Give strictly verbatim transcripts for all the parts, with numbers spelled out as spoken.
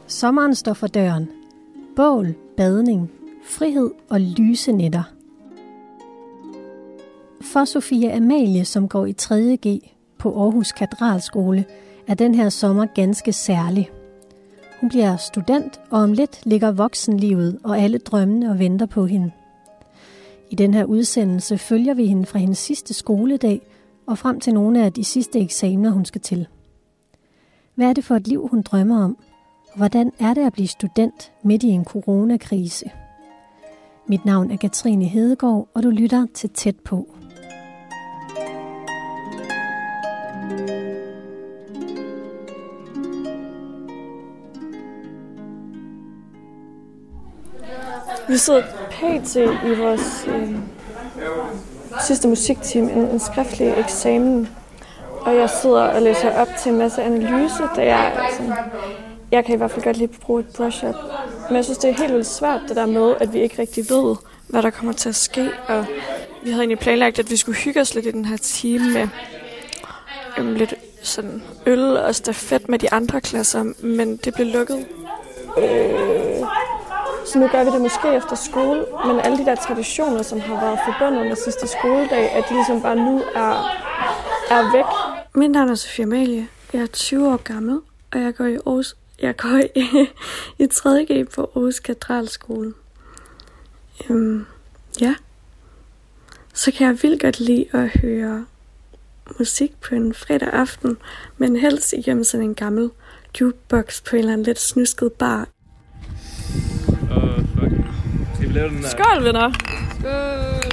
Sommeren står for døren. Bål, badning, frihed og lyse nætter. For Sofia Amalie, som går i tredje G på Aarhus Katedralskole, er den her sommer ganske særlig. Hun bliver student, og om lidt ligger voksenlivet og alle drømmene og venter på hende. I den her udsendelse følger vi hende fra hendes sidste skoledag og frem til nogle af de sidste eksamener, hun skal til. Hvad er det for et liv, hun drømmer om? Og hvordan er det at blive student midt i en coronakrise? Mit navn er Katrine Hedegaard, og du lytter til Tæt på. Vi sidder pt. i vores øh, sidste musikteam, en, en skriftlig eksamen, og jeg sidder og læser op til en masse analyse, da jeg, sådan, jeg kan i hvert fald godt lige bruge et brush-up. Men jeg synes, det er helt vildt svært, det der med, at vi ikke rigtig ved, hvad der kommer til at ske, og vi havde egentlig planlagt, at vi skulle hygge os lidt i den her time med øh, lidt sådan øl og stafet med de andre klasser, men det blev lukket. Øh, Så nu gør vi det måske efter skole, men alle de der traditioner, som har været forbundet med sidste skoledag, at de ligesom bare nu er, er væk. Mit navn er Sofia Amalie. Jeg er tyve år gammel, og jeg går i, Aarhus, jeg går i, i tredje G på Aarhus Katedralskole. Øhm, ja. Så kan jeg vildt godt lide at høre musik på en fredag aften, men helst igennem sådan en gammel jukebox på en eller anden lidt snusket bar. Uh, fuck. Skal vi lave den der? Skål, venner! Skål!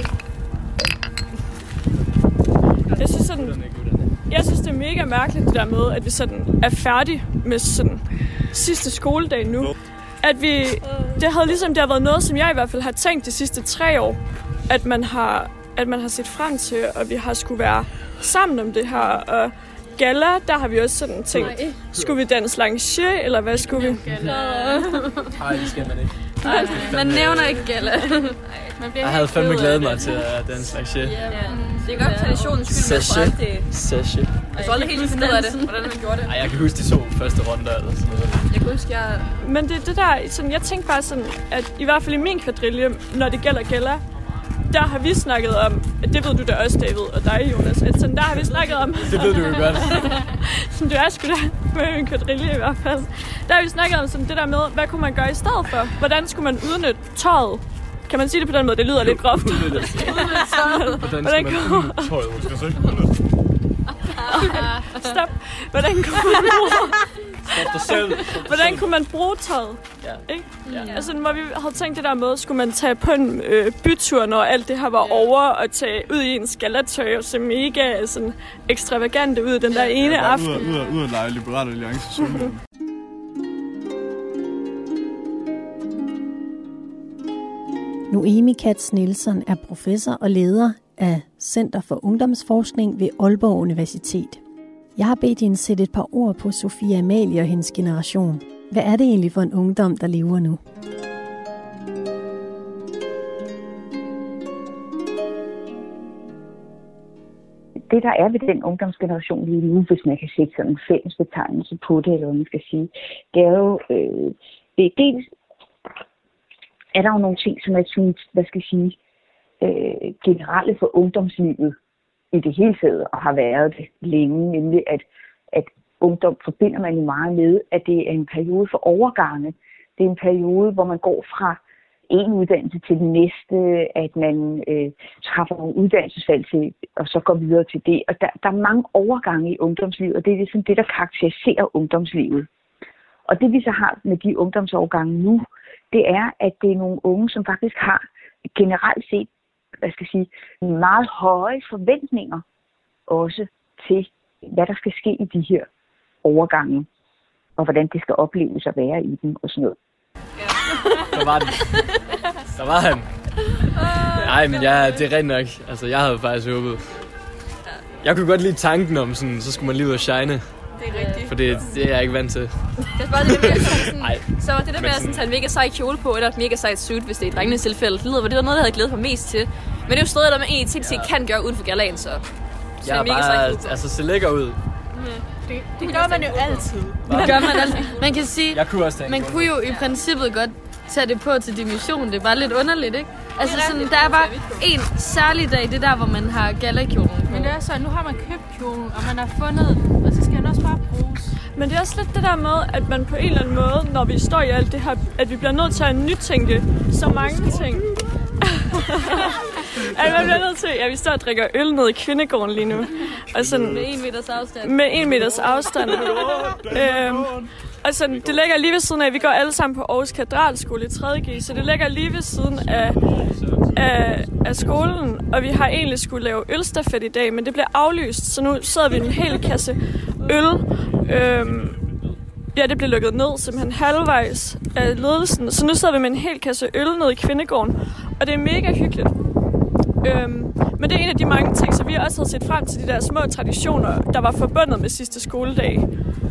Jeg synes, sådan, jeg synes, det er mega mærkeligt, det der med, at vi sådan er færdige med sådan sidste skoledag nu. At vi, det havde ligesom, det har været noget, som jeg i hvert fald har tænkt de sidste tre år, at man har, at man har set frem til, og vi har skulle være sammen om det her. Og gala, der har vi også sådan tænkt, skulle vi danse lancier, eller hvad skulle vi? Nej, det skal man ikke. Nej, man nævner ikke gala. Jeg havde fandme glædet mig til at danse lancier. Ja, det er godt traditionens skyld, men jeg tror aldrig, Sasha. jeg tror aldrig helt finde ud af det, hvordan man gjorde det. Ej, jeg kan huske de to første runder eller sådan noget. Jeg kan huske, jeg... Men det, det der, sådan, jeg tænkte bare sådan, at i hvert fald i min kvadrille, når det gælder gala, der har vi snakket om, det ved du da også, David, og dig, Jonas, at sådan, der har vi snakket om... Det ved du jo godt. Som du er sgu da med en kvadrille i hvert fald. Der har vi snakket om sådan, det der med, hvad kunne man gøre i stedet for? Hvordan skulle man udnytte tøjet? Kan man sige det på den måde? Det lyder lidt groft. Udnytte tøjet. Hvordan skal man udnytte tøjet? Skal så ikke udnytte? Stop. Hvordan kunne man bruge... Stop dig selv. Hvordan kunne man bruge tøjet? Ja. Ikke? Ja. Altså, hvor vi havde tænkt det der med, skulle man tage på en øh, bytur, når alt det her var over, og tage ud i en skalatøj og se mega sådan, ekstravagante ud den der ene aften. Ud og, ud og lege Liberale Alliance. Noemi Katz Nielsen er professor og leder af Center for Ungdomsforskning ved Aalborg Universitet. Jeg har bedt hende sætte et par ord på Sofia Amalie og hendes generation. Hvad er det egentlig for en ungdom, der lever nu? Det, der er ved den ungdomsgeneration lige nu, hvis man kan sætte sådan en fælles betegnelse på det, eller hvad man skal sige, det er jo, øh, det er dels, er der jo nogle ting, som er sådan, hvad skal jeg sige, øh, generelle for ungdomslivet i det hele taget, og har været det længe, nemlig at, at ungdom forbinder man jo meget med, at det er en periode for overgange. Det er en periode, hvor man går fra en uddannelse til den næste, at man øh, træffer nogle uddannelsesvalg til, og så går videre til det. Og der, der er mange overgange i ungdomslivet, og det er ligesom det, der karakteriserer ungdomslivet. Og det vi så har med de ungdomsårgange nu, det er, at det er nogle unge, som faktisk har generelt set, hvad skal jeg sige, meget høje forventninger også til, hvad der skal ske i de her overgange, og hvordan det skal opleves at være i dem og sådan noget. Der var den. Der var han. Nej, men ja, det er rent nok. Altså, jeg havde faktisk håbet. Jeg kunne godt lide tanken om sådan, så skulle man lige ud og shine. Det er rigtigt. For det, det er jeg ikke vant til. Det er bare det, der med sådan, Ej, så det der med at sådan, tage en mega sej kjole på, eller et mega sejt suit, hvis det er i drengenes tilfælde. Det lyder, det var noget, jeg havde glædet mig mest til. Men det er jo stadig der med en ting, ja. Kan gøre uden for galaen, så... så jeg er bare, altså, se lækker ud. Det, det gør man jo altid. Det gør man altid. Man kan sige, jeg kunne også man kunne jo i princippet godt tage det på til dimission. Det er bare lidt underligt, ikke? Altså sådan, der er bare en særlig dag, det er der, hvor man har gallakjolen på. Men det er så, nu har man købt kjolen, og man har fundet den, og så skal den også bare bruges. Men det er også lidt det der med, at man på en eller anden måde, når vi står i alt det her, at vi bliver nødt til at nytænke så mange ting. at man bliver nødt til, ja, vi står og drikker øl ned i Kvindegården lige nu. Og sådan, med en meters afstand. Med en meters afstand. øhm, og sådan, det ligger lige ved siden af, vi går alle sammen på Aarhus Katedralskole i tredje G, så det ligger lige ved siden af, af, af skolen, og vi har egentlig skulle lave ølstafet i dag, men det bliver aflyst, så nu sidder vi en hel kasse øl. Øhm, ja, det blev lukket ned simpelthen halvvejs af ledelsen, så nu sidder vi med en hel kasse øl nede i Kvindegården, og det er mega hyggeligt. Øhm, men det er en af de mange ting, så vi også havde set frem til de der små traditioner, der var forbundet med sidste skoledag.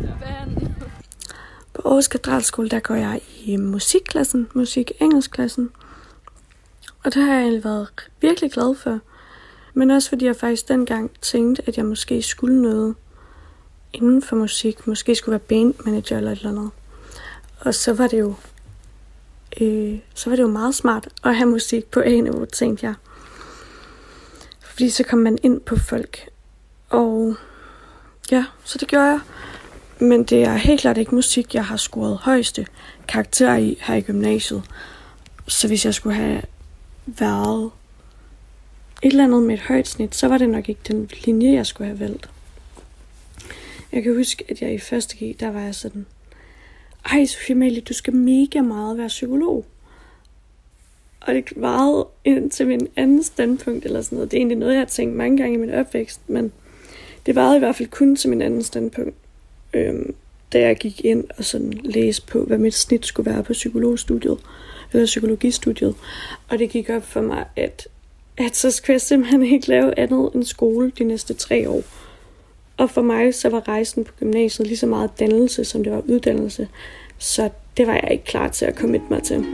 På Aarhus Katedralskole, der går jeg i musikklassen, musik-engelskklassen. Og det har jeg egentlig været virkelig glad for. Men også fordi jeg faktisk dengang tænkte, at jeg måske skulle noget inden for musik. Måske skulle være bandmanager eller et eller andet. Og så var det jo, øh, så var det jo meget smart at have musik på A-niveau, tænkte jeg. Fordi så kom man ind på folk. Og ja, så det gjorde jeg. Men det er helt klart ikke musik, jeg har scoret højeste karakter i her i gymnasiet. Så hvis jeg skulle have været et eller andet med et højt snit, så var det nok ikke den linje, jeg skulle have valgt. Jeg kan huske, at jeg i første G, der var jeg sådan, ej Sofie Amalie, du skal mega meget være psykolog. Og det varede ind til min anden standpunkt, eller sådan noget. Det er egentlig noget, jeg har tænkt mange gange i min opvækst, men det varede i hvert fald kun til min anden standpunkt. Øhm, da jeg gik ind og sådan læste på, hvad mit snit skulle være på psykologstudiet, eller psykologistudiet. Og det gik op for mig, at, at så skulle jeg simpelthen ikke lave andet end skole de næste tre år. Og for mig, så var rejsen på gymnasiet lige så meget dannelse, som det var uddannelse. Så det var jeg ikke klar til at committe mig til.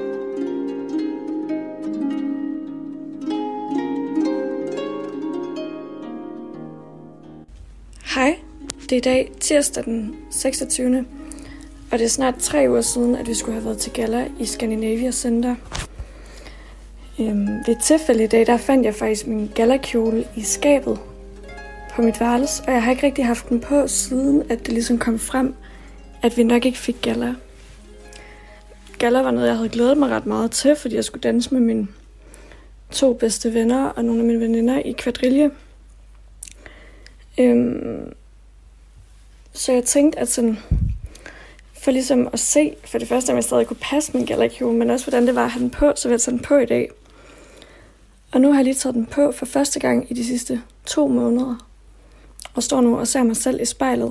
Hej. Det er i dag tirsdag den seksogtyvende Og det er snart tre uger siden, at vi skulle have været til galla i Scandinavia Center. Øhm, ved et tilfælde i dag, der fandt jeg faktisk min gallakjole i skabet på mit værelse. Og jeg har ikke rigtig haft den på, siden at det ligesom kom frem, at vi nok ikke fik galla. Galla var noget, jeg havde glædet mig ret meget til, fordi jeg skulle danse med mine to bedste venner og nogle af mine veninder i kvadrille. Øhm, så jeg tænkte, at sådan, for ligesom at se, for det første, om jeg stadig kunne passe min gallakjole, men også hvordan det var at have den på, så vil jeg tage den på i dag. Og nu har jeg lige taget den på for første gang i de sidste to måneder, og står nu og ser mig selv i spejlet.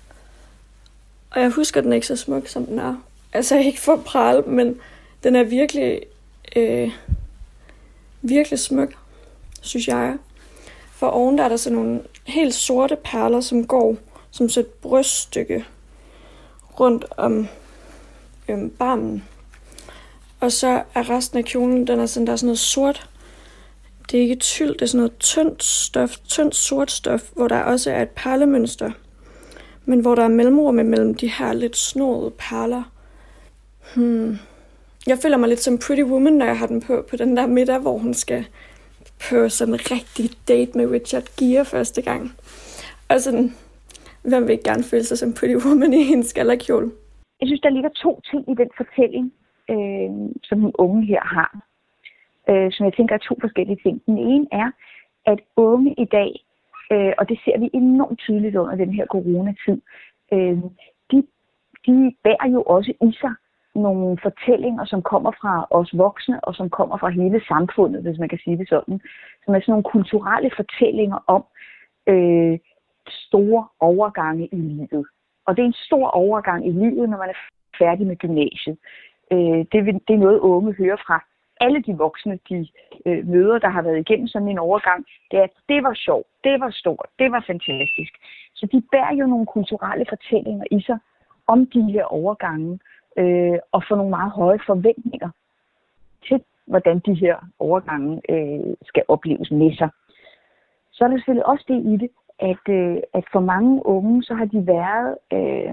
Og jeg husker den ikke så smuk, som den er. Altså ikke for pral, men den er virkelig, øh, virkelig smuk, synes jeg. For oven der er der sådan nogle helt sorte perler, som går som sådan et bryststykke rundt om øhm, barmen. Og så er resten af kjolen, den er sådan, der er sådan noget sort. Det er ikke tyld, det er sådan noget tyndt stof, tyndt sort stof, hvor der også er et perlemønster. Men hvor der er mellemrum mellem de her lidt snodede perler. Hmm. Jeg føler mig lidt som Pretty Woman, når jeg har den på, på den der middag, hvor hun skal på sådan en rigtig date med Richard Gere første gang. Og sådan, hvem vil ikke gerne føle sig som Pretty Woman i hendes gallakjole? Jeg synes, der ligger to ting i den fortælling, øh, som den unge her har, øh, som jeg tænker er to forskellige ting. Den ene er, at unge i dag, øh, og det ser vi enormt tydeligt under den her coronatid, øh, de, de bærer jo også i sig nogle fortællinger, som kommer fra os voksne, og som kommer fra hele samfundet, hvis man kan sige det sådan. Som er sådan nogle kulturelle fortællinger om øh, store overgange i livet. Og det er en stor overgang i livet, når man er færdig med gymnasiet. Øh, det, det er noget, unge hører fra alle de voksne, de øh, møder, der har været igennem sådan en overgang. Det er, at det var sjovt, det var stort, det var fantastisk. Så de bærer jo nogle kulturelle fortællinger i sig om de her overgange, øh, og får nogle meget høje forventninger til, hvordan de her overgange øh, skal opleves med sig. Så er der selvfølgelig også det i det, at, øh, at for mange unge, så har de været øh,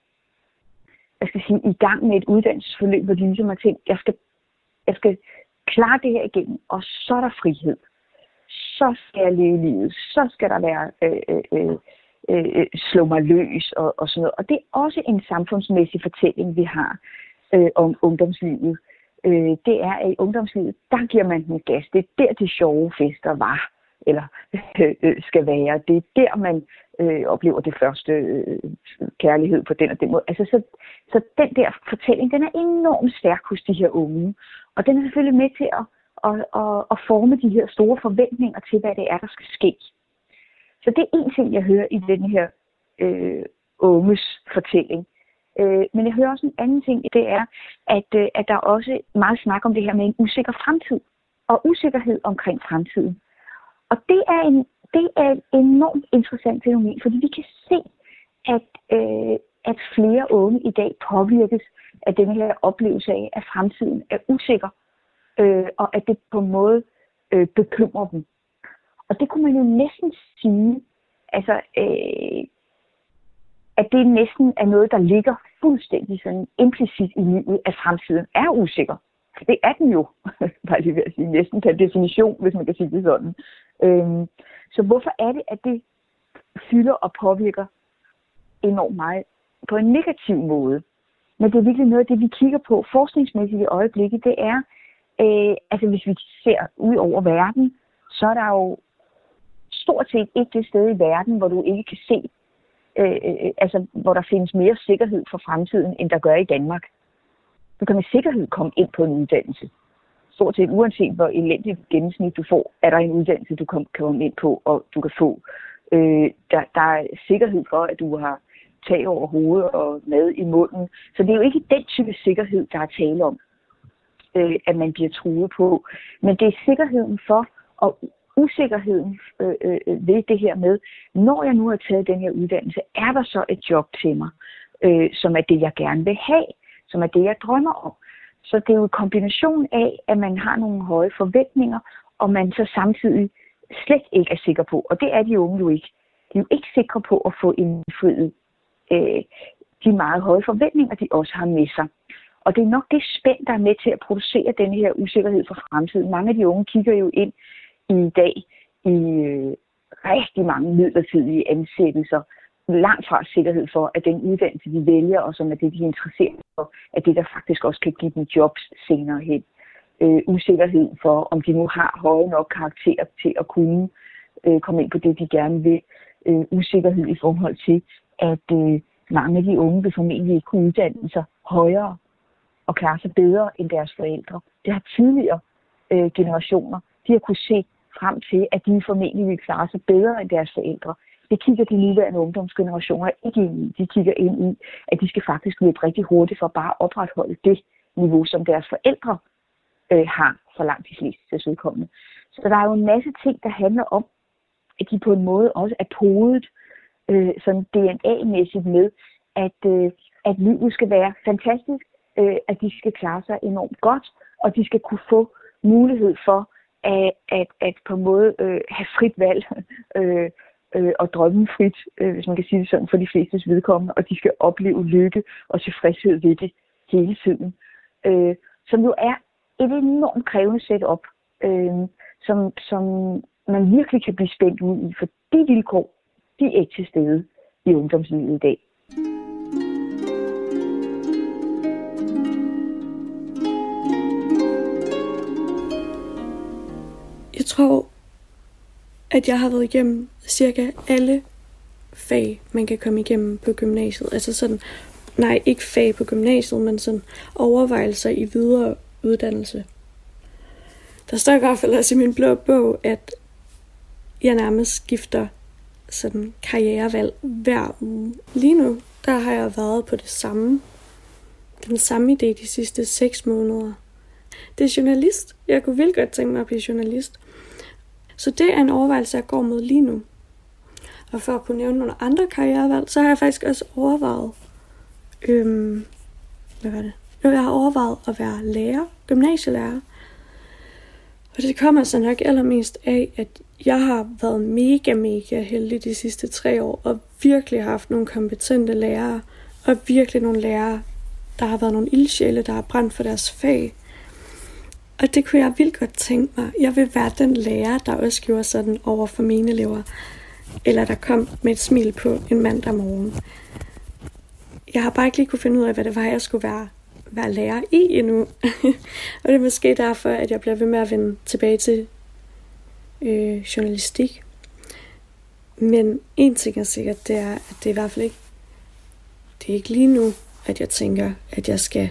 jeg skal sige, i gang med et uddannelsesforløb, hvor de ligesom har tænkt, jeg skal, jeg skal klare det her igennem, og så er der frihed. Så skal jeg leve livet. Så skal der være øh, øh, øh, slå mig løs og, og sådan noget. Og det er også en samfundsmæssig fortælling, vi har øh, om ungdomslivet. Øh, det er, at i ungdomslivet, der giver man den gas. Det er der, de sjove fester var, eller øh, skal være. Det er der, man øh, oplever det første øh, kærlighed på den og den måde. Altså, så, så den der fortælling, den er enormt stærk hos de her unge. Og den er selvfølgelig med til at, at, at, at forme de her store forventninger til, hvad det er, der skal ske. Så det er en ting, jeg hører i den her øh, unges fortælling. Øh, men jeg hører også en anden ting, det er, at, øh, at der er også meget snak om det her med en usikker fremtid. Og usikkerhed omkring fremtiden. Og det er, en, det er et enormt interessant fænomen, fordi vi kan se, at, øh, at flere unge i dag påvirkes af denne her oplevelse af, at fremtiden er usikker, øh, og at det på en måde øh, bekymrer dem. Og det kunne man jo næsten sige, altså, øh, at det næsten er noget, der ligger fuldstændig sådan implicit i livet, at fremtiden er usikker. For det er den jo, bare lige ved at sige, næsten per definition, hvis man kan sige det sådan. Øhm, så hvorfor er det, at det fylder og påvirker enormt meget på en negativ måde? Men det er virkelig noget af det, vi kigger på forskningsmæssigt i øjeblikket, det er, øh, altså hvis vi ser ud over verden, så er der jo stort set ikke det sted i verden, hvor du ikke kan se, øh, øh, altså hvor der findes mere sikkerhed for fremtiden, end der gør i Danmark. Du kan med sikkerhed komme ind på en uddannelse. Stort set uanset hvor elendigt gennemsnit du får, er der en uddannelse, du kan komme ind på, og du kan få. Øh, der, der er sikkerhed for, at du har tag over hovedet og mad i munden. Så det er jo ikke den type sikkerhed, der er tale om, øh, at man bliver truet på. Men det er sikkerheden for, og usikkerheden øh, øh, ved det her med, når jeg nu har taget den her uddannelse, er der så et job til mig, øh, som er det, jeg gerne vil have, som er det, jeg drømmer om. Så det er jo en kombination af, at man har nogle høje forventninger, og man så samtidig slet ikke er sikker på. Og det er de unge jo ikke. De er jo ikke sikre på at få indfriet øh, de meget høje forventninger, de også har med sig. Og det er nok det spænd, der er med til at producere denne her usikkerhed for fremtiden. Mange af de unge kigger jo ind i dag i øh, rigtig mange midlertidige ansættelser, langt fra sikkerhed for, at den uddannelse, de vælger, og som er det, de er interesseret for, at det, der faktisk også kan give dem jobs senere hen. Øh, usikkerhed for, om de nu har høje nok karakterer til at kunne øh, komme ind på det, de gerne vil. Øh, usikkerhed i forhold til, at øh, mange af de unge vil formentlig ikke kunne uddanne sig højere og klare sig bedre end deres forældre. Det har tidligere øh, generationer, de har kunne se frem til, at de formentlig vil klare sig bedre end deres forældre. Det kigger de nuværende ungdomsgenerationer ikke ind i. De kigger ind i, at de skal faktisk løbe rigtig hurtigt for bare at opretholde det niveau, som deres forældre øh, har for langt de fleste vedkommende. Så der er jo en masse ting, der handler om, at de på en måde også er podet øh, sådan D N A-mæssigt med, at, øh, at livet skal være fantastisk, øh, at de skal klare sig enormt godt, og de skal kunne få mulighed for at, at, at på en måde øh, have frit valg, øh, Øh, og drømme frit, øh, hvis man kan sige det sådan, for de flestes vedkommende, og de skal opleve lykke og tilfredshed ved det hele tiden. Øh, som jo er et enormt krævende setup, øh, som, som man virkelig kan blive spændt ud i, for de vilkår, de er ikke til stede i ungdomslivet i dag. Jeg tror, at jeg har været igennem cirka alle fag, man kan komme igennem på gymnasiet. Altså sådan, nej, ikke fag på gymnasiet, men sådan overvejelser i videre uddannelse. Der står i hvert fald også i min blå bog, at jeg nærmest skifter sådan karrierevalg hver uge. Lige nu, der har jeg været på det samme. Den samme idé de sidste seks måneder. Det er journalist. Jeg kunne vildt godt tænke mig at blive journalist. Så det er en overvejelse, jeg går med lige nu. Og for at kunne nævne nogle andre karrierevalg, så har jeg faktisk også overvejet, øhm, hvad var det? Jo, jeg har overvejet at være lærer, gymnasielærer. Og det kommer så nok allermest af, at jeg har været mega, mega heldig de sidste tre år, og virkelig haft nogle kompetente lærere, og virkelig nogle lærere, der har været nogle ildsjæle, der har brændt for deres fag. Og det kunne jeg vildt godt tænke mig. Jeg vil være den lærer, der også gjorde sådan over for mine elever, eller der kom med et smil på en mandag morgen. Jeg har bare ikke lige kunne finde ud af, hvad det var, jeg skulle være, være lærer i endnu. Og det er måske derfor, at jeg bliver ved med at vende tilbage til øh, journalistik. Men en ting er sikkert, det er, at det er i hvert fald ikke, det er ikke lige nu, at jeg tænker, at jeg skal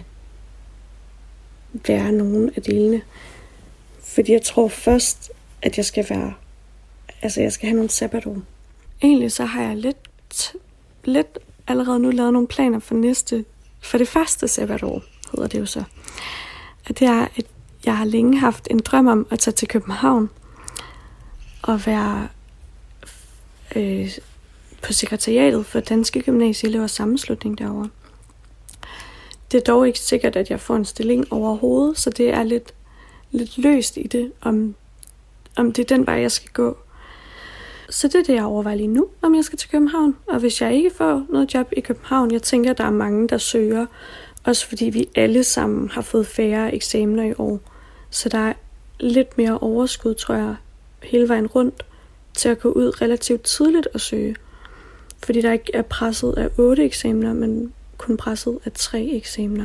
være nogen af delene. Fordi jeg tror først, at jeg skal være, altså jeg skal have nogle sabbatår. Egentlig så har jeg lidt, lidt allerede nu lavet nogle planer for næste, for det første sabbatår, hedder det jo så. Og det er, at jeg har længe haft en drøm om at tage til København og være øh, på sekretariatet for Danske Gymnasieelevers Sammenslutning derovre. Det er dog ikke sikkert, at jeg får en stilling overhovedet, så det er lidt, lidt løst i det, om, om det er den vej, jeg skal gå. Så det er det, jeg overvejer lige nu, om jeg skal til København. Og hvis jeg ikke får noget job i København, jeg tænker, at der er mange, der søger, også fordi vi alle sammen har fået færre eksamener i år. Så der er lidt mere overskud, tror jeg, hele vejen rundt, til at gå ud relativt tidligt og søge. Fordi der ikke er presset af otte eksamener, men kun presset af tre eksamener.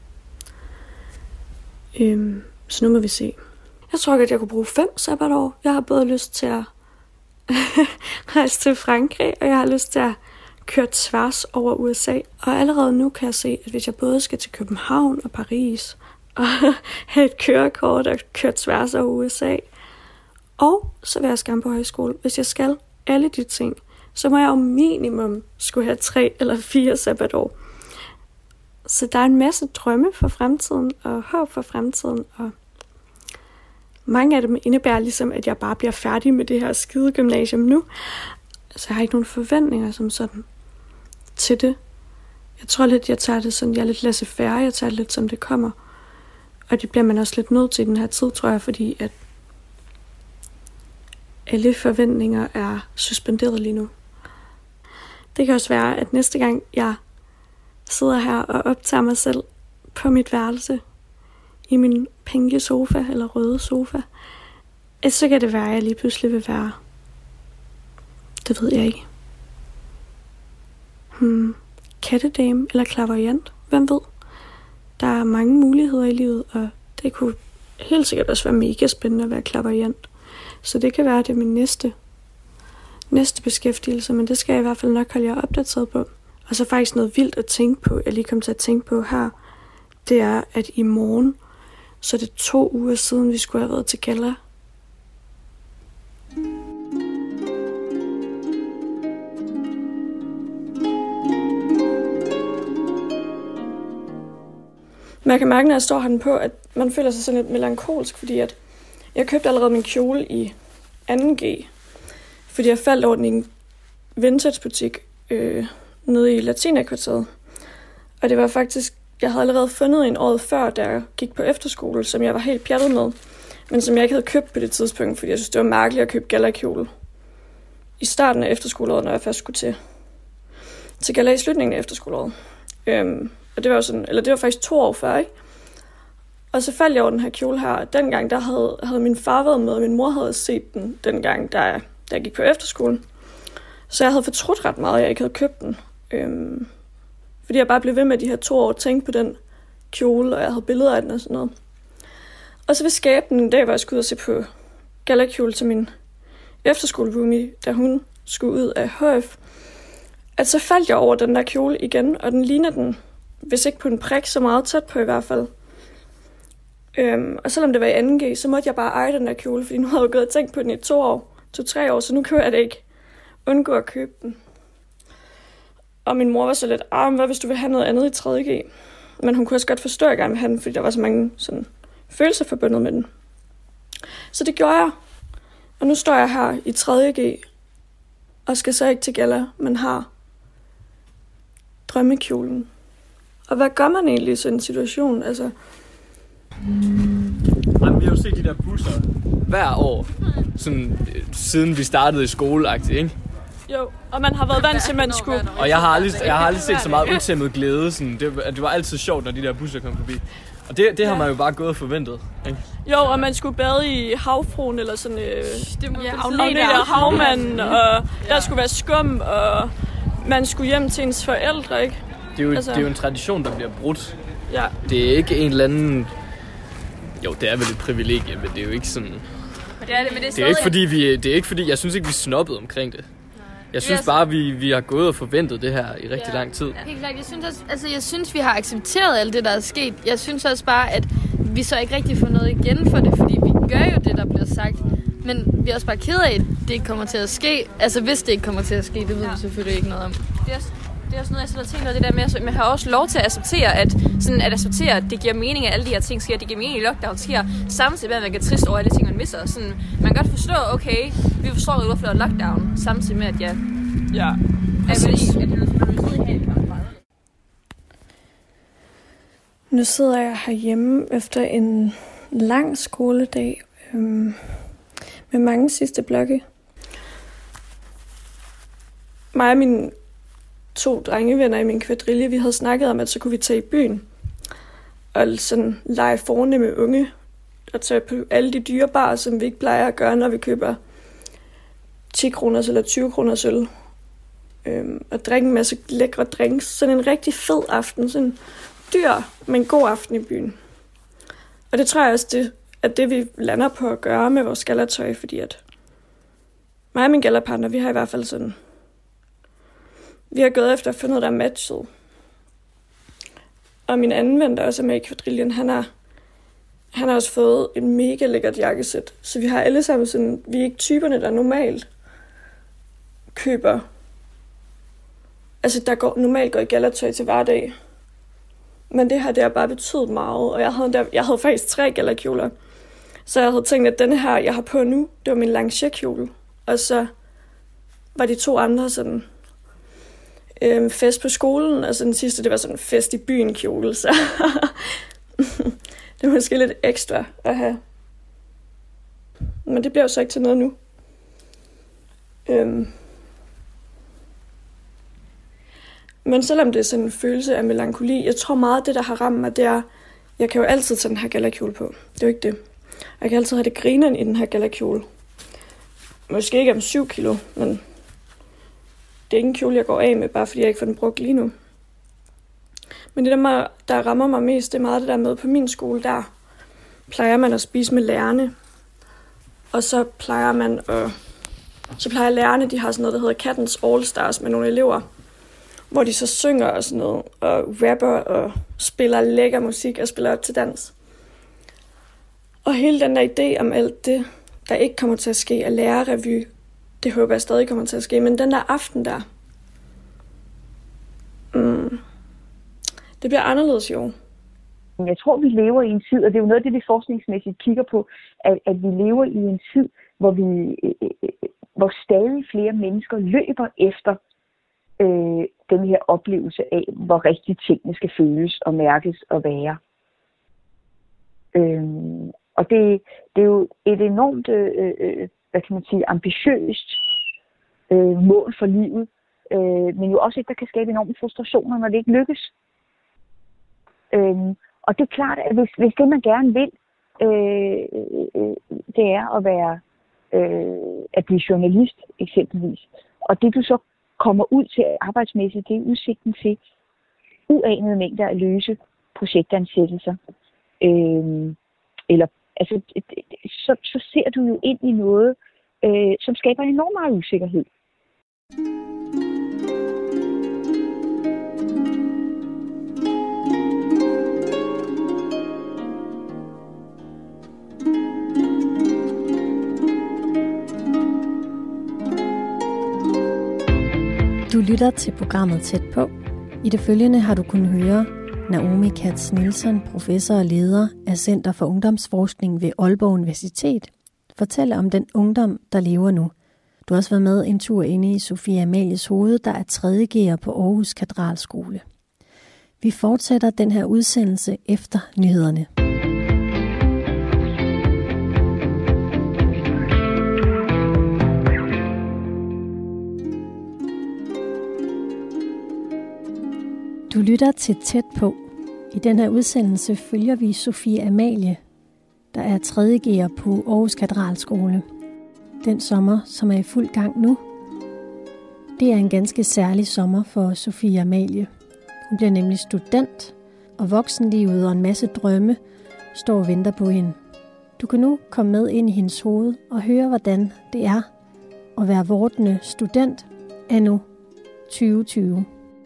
Øhm, så nu må vi se. Jeg tror ikke, at jeg kunne bruge fem sabbatår. Jeg har både lyst til at rejse til Frankrig, og jeg har lyst til at køre tværs over U S A. Og allerede nu kan jeg se, at hvis jeg både skal til København og Paris, og have et kørekort og køre tværs over U S A, og så vil jeg skam på højskole. Hvis jeg skal alle de ting, så må jeg jo minimum skulle have tre eller fire sabbatår. Så der er en masse drømme for fremtiden, og håb for fremtiden, og mange af dem indebærer ligesom, at jeg bare bliver færdig med det her skide gymnasium nu. Så jeg har ikke nogen forventninger som sådan til det. Jeg tror lidt, jeg tager det sådan, jeg er lidt laissez-faire, jeg tager det lidt som det kommer. Og det bliver man også lidt nødt til i den her tid, tror jeg, fordi at alle forventninger er suspenderet lige nu. Det kan også være, at næste gang jeg sidder her og optager mig selv på mit værelse, i min pinke sofa, eller røde sofa, så kan det være, at jeg lige pludselig vil være, det ved jeg ikke, hmm, kattedame eller clairvoyant, hvem ved? Der er mange muligheder i livet, og det kunne helt sikkert også være mega spændende at være clairvoyant. Så det kan være, at det er min næste, næste beskæftigelse, men det skal jeg i hvert fald nok holde jer opdateret på. Og så faktisk noget vildt at tænke på, jeg lige kom til at tænke på her, det er, at i morgen, så er det to uger siden, vi skulle have været til galla. Man kan mærke, når jeg står her på, at man føler sig sådan lidt melankolsk, fordi at jeg købte allerede min kjole i anden G, fordi jeg faldt over den i en vintagebutik øh, nede i Latina-kvarteret. Og det var faktisk, jeg havde allerede fundet en året før, da jeg gik på efterskole, som jeg var helt pjattet med, men som jeg ikke havde købt på det tidspunkt, fordi jeg synes, det var mærkeligt at købe gallakjole i starten af efterskoleåret, når jeg først skulle til, til galla i slutningen af efterskoleåret. Øhm, og det var jo sådan, eller det var faktisk to år før, ikke? Og så faldt jeg over den her kjole her, og dengang der havde, havde min far været med, og min mor havde set den dengang, da jeg, da jeg gik på efterskolen. Så jeg havde fortrudt ret meget, at jeg ikke havde købt den. Øhm, fordi jeg bare blev ved med de her to år og tænkte på den kjole, og jeg havde billeder af den og sådan noget. Og så ved skæbnen en dag, hvor jeg skulle ud og se på gallakjole til min efterskoleroomie, da hun skulle ud af H F, at så faldt jeg over den der kjole igen, og den ligner den, hvis ikke på en prik, så meget tæt på i hvert fald. Øhm, og selvom det var i anden G, så måtte jeg bare eje den der kjole, fordi nu havde jeg gået og tænkt på den i to år, to-tre år, så nu kan jeg det ikke undgå at købe den. Og min mor var så lidt, ah, hvad hvis du vil have noget andet i tredje G? Men hun kunne også godt forstå, at jeg gerne ville have den, fordi der var så mange sådan, følelser forbundet med den. Så det gjorde jeg. Og nu står jeg her i tredje G, og skal så ikke til galla, men har drømmekjolen. Og hvad gør man egentlig i sådan en situation? Altså... Jamen, vi har jo set de der busser, hver år, sådan, siden vi startede i skole-agtigt, ikke? Jo, og man har været vant til, at man skulle... Og jeg har aldrig, jeg har aldrig set så meget utæmmet glæde. Sådan, det, det var altid sjovt, når de der busser kom forbi. Og det, det har man jo bare gået og forventet, ikke? Jo, og man skulle bade i havfruen, eller sådan... Øh, Det må ja, ja, Agnete og havmanden, og der skulle være skum, og man skulle hjem til ens forældre, ikke? Det er jo, altså, det er jo en tradition, der bliver brudt. Ja. Det er ikke en eller anden... Jo, det er vel et privilegie, men det er jo ikke sådan... Det er det, men det er, det er ikke fordi vi, det er ikke fordi, jeg synes ikke vi snobbede omkring det. Jeg synes bare vi vi har gået og forventet det her i rigtig ja. lang tid. Ja. Helt klart. Jeg synes også, altså jeg synes vi har accepteret alt det der er sket. Jeg synes også bare at vi så ikke rigtig får noget igen for det, fordi vi gør jo det der bliver sagt. Men vi er også bare ked af, at det ikke kommer til at ske. Altså hvis det ikke kommer til at ske, det ved ja. vi selvfølgelig ikke noget om. Det er også, det er også noget, jeg sidder og tænker det der med, at man har også lov til at acceptere, at, sådan, at acceptere, at det giver mening, at alle de her ting sker, det giver mening i lockdown sker, samtidig med, at man bliver trist over alle de ting, man misser. Sådan, man kan godt forstå, okay, vi forstår jo, hvorfor der er lockdown, samtidig med, at ja, ja. Altså, nu sidder jeg herhjemme efter en lang skoledag øhm, med mange sidste blokke. Mig og mine to drengevenner i min kvadrille, vi havde snakket om, at så kunne vi tage i byen og sådan lege fornemme unge og tage på alle de dyre barer, som vi ikke plejer at gøre, når vi køber ti kroners eller tyve kroners øl. Øhm, og drikke en masse lækre drinks. Sådan en rigtig fed aften. Sådan en dyr, men god aften i byen. Og det tror jeg også, det, at det vi lander på at gøre med vores gallertøj, fordi at mig og min gallerpartner, vi har i hvert fald sådan, vi har gået efter at finde noget, der er matchet. Og min anden ven, der også er med i kvadrillen, han har, han har også fået en mega lækkert jakkesæt. Så vi har alle sammen sådan, vi er ikke typerne, der normalt køber. Altså, der går, normalt går i gallertøj til hverdag. Men det her, det har bare betydet meget. Og jeg havde, der, jeg havde faktisk tre gallerkjoler. Så jeg havde tænkt, at denne her, jeg har på nu, det var min langekjole. Og så var de to andre sådan øhm, fest på skolen. Og så den sidste, det var sådan fest i byen kjole. Så det var måske lidt ekstra at have. Men det bliver jo så ikke til noget nu. Øhm. Men selvom det er sådan en følelse af melankoli, jeg tror meget, det der har ramt mig, det er, jeg kan jo altid tage den her gallerkjole på. Det er jo ikke det. Jeg kan altid have det grineren i den her gallerkjole. Måske ikke om syv kilo, men det er ikke en kjole, jeg går af med, bare fordi jeg ikke får den brugt lige nu. Men det der, der rammer mig mest, det er meget det der med på min skole, der plejer man at spise med lærerne. Og så plejer man at, så plejer lærerne, de har sådan noget, der hedder Kattens All Stars med nogle elever, hvor de så synger og sådan noget, og rapper og spiller lækker musik og spiller op til dans. Og hele den der idé om alt det, der ikke kommer til at ske af lærerrevy, det håber jeg stadig kommer til at ske, men den der aften der, mm, det bliver anderledes jo. Jeg tror, vi lever i en tid, og det er jo noget af det, vi forskningsmæssigt kigger på, at, at vi lever i en tid, hvor, vi, hvor stadig flere mennesker løber efter øh, den her oplevelse af, hvor rigtige tingene skal føles og mærkes og være. Øh, og det, det er jo et enormt, øh, hvad kan man sige, ambitiøst øh, mål for livet, øh, men jo også et, der kan skabe enorme frustrationer, når det ikke lykkes. Øh, Og det er klart, at hvis, hvis det, man gerne vil, øh, øh, det er at være øh, at blive journalist eksempelvis, og det du så kommer ud til arbejdsmæssigt, det er udsigten til uanede mængder af løse projektansættelser. Øh, eller, altså, så, så ser du jo ind i noget, øh, som skaber en enorm meget usikkerhed. Du lytter til programmet Tæt på. I det følgende har du kunnet høre Naomi Katz Nielsen, professor og leder af Center for Ungdomsforskning ved Aalborg Universitet, fortælle om den ungdom, der lever nu. Du har også været med en tur inde i Sofie Amalies hoved, der er tredje G'er på Aarhus Katedralskole. Vi fortsætter den her udsendelse efter nyhederne. lytter til Tæt på. I den her udsendelse følger vi Sofie Amalie, der er tredje G'er på Aarhus Katedralskole. Den sommer, som er i fuld gang nu, det er en ganske særlig sommer for Sofie Amalie. Hun bliver nemlig student, og voksenlivet og en masse drømme står og venter på hende. Du kan nu komme med ind i hendes hoved og høre, hvordan det er at være vortende student anno tyve tyve.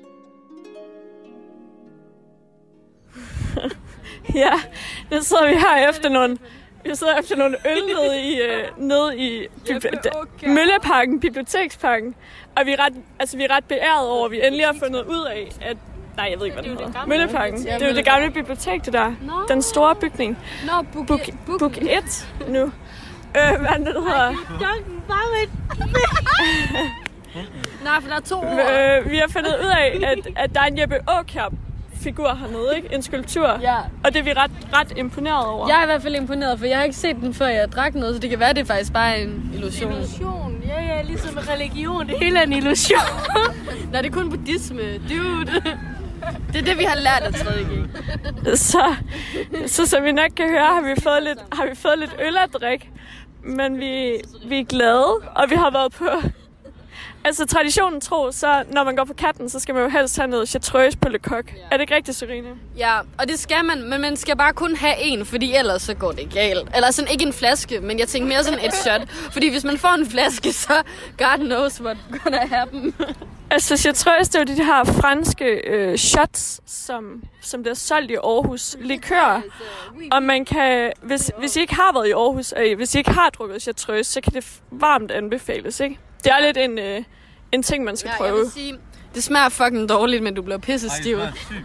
Ja, nu sidder vi her efter nogle, vi sidder efter nogle øl nede i, øh, nede i bibli- Mølleparken, Biblioteksparken. Og vi er, ret, altså, vi er ret beæret over, at vi endelig har fundet ud af, at... Nej, jeg ved ikke, hvad det hedder. Mølleparken. Det er jo det gamle bibliotek, det der. Den store bygning. Nå, Book, Book, book, book et nu. Øh, hvad er det, det hedder? Nej, for der er to ord. Øh, vi har fundet ud af, at, at der er en Jeppe Aakjær figur hernede, ikke? En skulptur. Ja. Og det er vi ret, ret imponeret over. Jeg er i hvert fald imponeret, for jeg har ikke set den, før jeg drak noget, så det kan være, det er faktisk bare en illusion. Illusion, ja, ja, ligesom religion. Det hele er en illusion. Nej, det er kun buddhisme. Dude. Det er det, vi har lært af tredje G. Så, så som vi nok kan høre, har vi fået lidt, har vi fået lidt øl at drikke. Men vi, vi er glade, og vi har været på... Altså traditionen tro, så når man går på Katten, så skal man jo helst have noget chartreuse på Le Coq. Ja. Er det ikke rigtigt, Serine? Ja, og det skal man, men man skal bare kun have en, fordi ellers så går det galt. Eller sådan ikke en flaske, men jeg tænker mere sådan et shot. Fordi hvis man får en flaske, så God knows what gonna happen. Altså chartreuse, det er jo de her franske øh, shots, som, som bliver solgt i Aarhus. Likør. Og man kan, hvis, hvis I ikke har været i Aarhus, og hvis I ikke har drukket chartreuse, så kan det varmt anbefales, ikke? Det er lidt en, øh, en ting, man skal ja, prøve. Jeg vil sige, det smager fucking dårligt, men du bliver pissestiv. Ej, det smager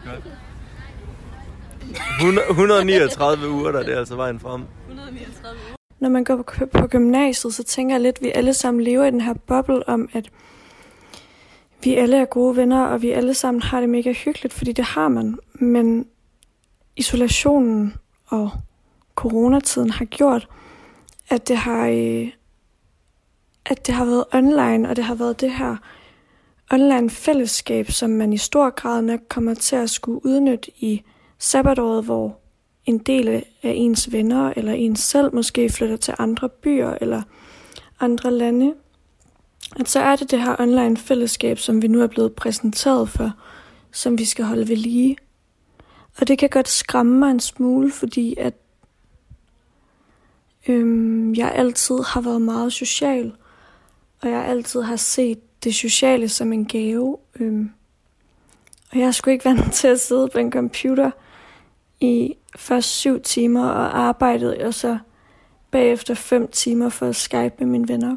sygt godt. et hundrede og niogtredive uger, der det altså vejen frem. Når man går på, på gymnasiet, så tænker jeg lidt, at vi alle sammen lever i den her boble om, at vi alle er gode venner, og vi alle sammen har det mega hyggeligt, fordi det har man. Men isolationen og coronatiden har gjort, at det har... Øh, at det har været online, og det har været det her online fællesskab, som man i stor grad nok kommer til at skulle udnytte i sabbatåret, hvor en del af ens venner eller ens selv måske flytter til andre byer eller andre lande. At så er det det her online fællesskab, som vi nu er blevet præsenteret for, som vi skal holde ved lige. Og det kan godt skræmme mig en smule, fordi at øhm, jeg altid har været meget social. Og jeg altid har set det sociale som en gave. Øhm. Og jeg skulle ikke vant til at sidde på en computer i først syv timer og arbejde, og så bagefter fem timer for at Skype med mine venner.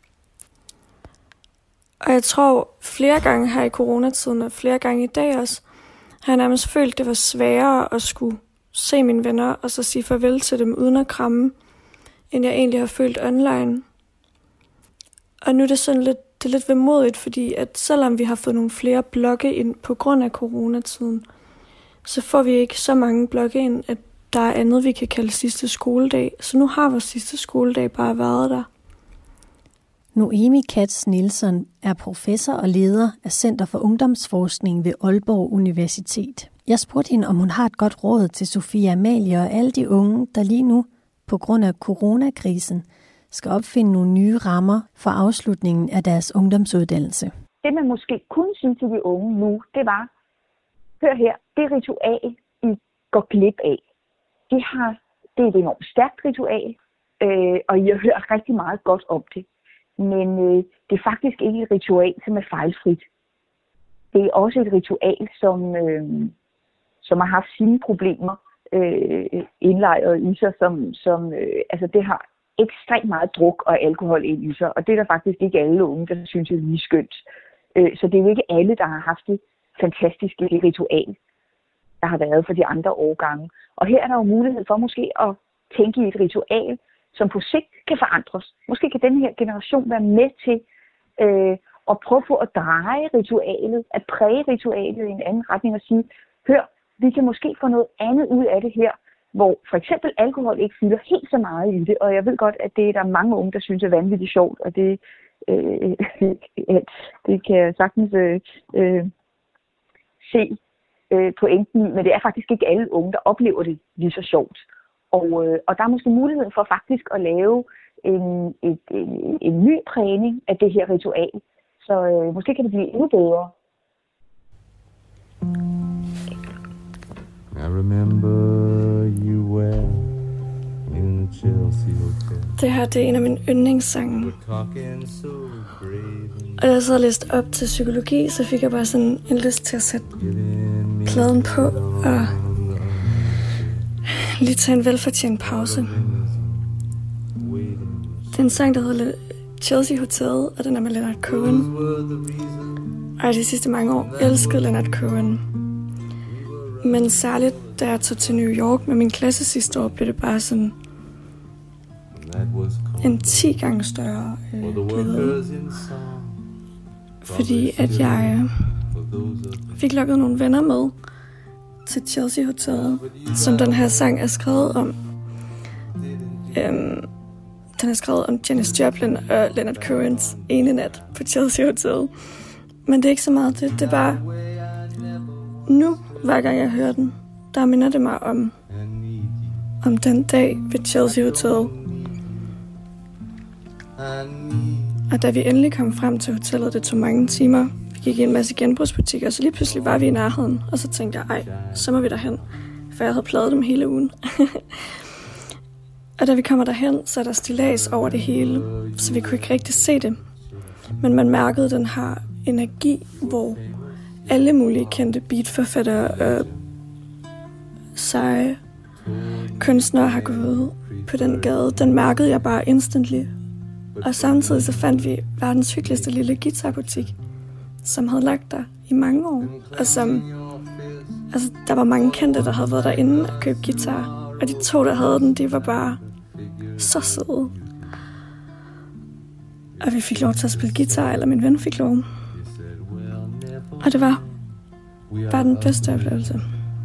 Og jeg tror flere gange her i coronatiden, og flere gange i dag også, har jeg nærmest følt, det var sværere at skulle se mine venner, og så sige farvel til dem uden at kramme, end jeg egentlig har følt online. Og nu er det sådan lidt, det er lidt vemodigt, fordi at selvom vi har fået nogle flere blogge ind på grund af coronatiden, så får vi ikke så mange blogge ind, at der er andet, vi kan kalde sidste skoledag. Så nu har vores sidste skoledag bare været der. Noemi Katz Nielsen er professor og leder af Center for Ungdomsforskning ved Aalborg Universitet. Jeg spurgte hende, om hun har et godt råd til Sofie Amalie og alle de unge, der lige nu på grund af coronakrisen skal opfinde nogle nye rammer for afslutningen af deres ungdomsuddannelse. Det man måske kunne sige til de unge nu, det var, hør her, det ritual, I går glip af, det, har, det er et enormt stærkt ritual, øh, og I har hørt rigtig meget godt om det. Men øh, det er faktisk ikke et ritual, som er fejlfrit. Det er også et ritual, som, øh, som har haft sine problemer øh, indlejret i sig, som, som øh, altså det har ekstremt meget druk og alkohol ind i sig, og det er der faktisk ikke alle unge, der synes er lige skønt. Så det er jo ikke alle, der har haft det fantastiske ritual, der har været for de andre årgange. Og her er der jo mulighed for måske at tænke i et ritual, som på sigt kan forandres. Måske kan den her generation være med til øh, at prøve på at dreje ritualet, at præge ritualet i en anden retning og sige, hør, vi kan måske få noget andet ud af det her, hvor for eksempel alkohol ikke fylder helt så meget i det, og jeg ved godt, at det er der mange unge, der synes er vanvittigt sjovt, og det, øh, det kan jeg sagtens øh, øh, se. øh, pointen i, men det er faktisk ikke alle unge, der oplever det lige så sjovt. Og, øh, og der er måske mulighed for faktisk at lave en, et, en, en ny træning af det her ritual. Så øh, måske kan det blive endnu bedre. I remember you well in the Chelsea Hotel. Det her, det er en af mine yndlingssange. Og da jeg så læste op til psykologi, så fik jeg bare sådan en lyst til at sætte pladen på og lige tage en velfortjent pause. Det er en sang, der hedder Chelsea Hotel, og den er med Leonard Cohen. Og jeg de sidste mange år elskede Leonard Cohen. Men særligt, da jeg tog til New York med min klasse sidste år, blev det bare sådan en ti gange større øh, glæde. Fordi at jeg fik lukket nogle venner med til Chelsea Hotel, som den her sang er skrevet om. Øhm, den er skrevet om Janis Joplin og Leonard Cohens ene nat på Chelsea Hotel. Men det er ikke så meget det. Det er bare nu, hver gang jeg hører den, der minder det mig om, om den dag ved Chelsea Hotel. Og da vi endelig kom frem til hotellet, det tog mange timer. Vi gik i en masse genbrugsbutikker, så lige pludselig var vi i nærheden. Og så tænkte jeg, ej, så må vi derhen. For jeg havde pladet dem hele ugen. Og da vi kommer derhen, så er der stillads over det hele. Så vi kunne ikke rigtig se det. Men man mærkede den her energi, hvor alle mulige kendte beatforfattere og seje kunstnere har gået på den gade. Den mærkede jeg bare instantly. Og samtidig så fandt vi verdens hyggeligste lille guitarbutik, som havde lagt der i mange år. Og som, altså, der var mange kendte, der havde været derinde og købt guitar. Og de to, der havde den, de var bare så søde. Og vi fik lov til at spille guitar, eller min ven fik lov. Og det var bare den bedste oplevelse.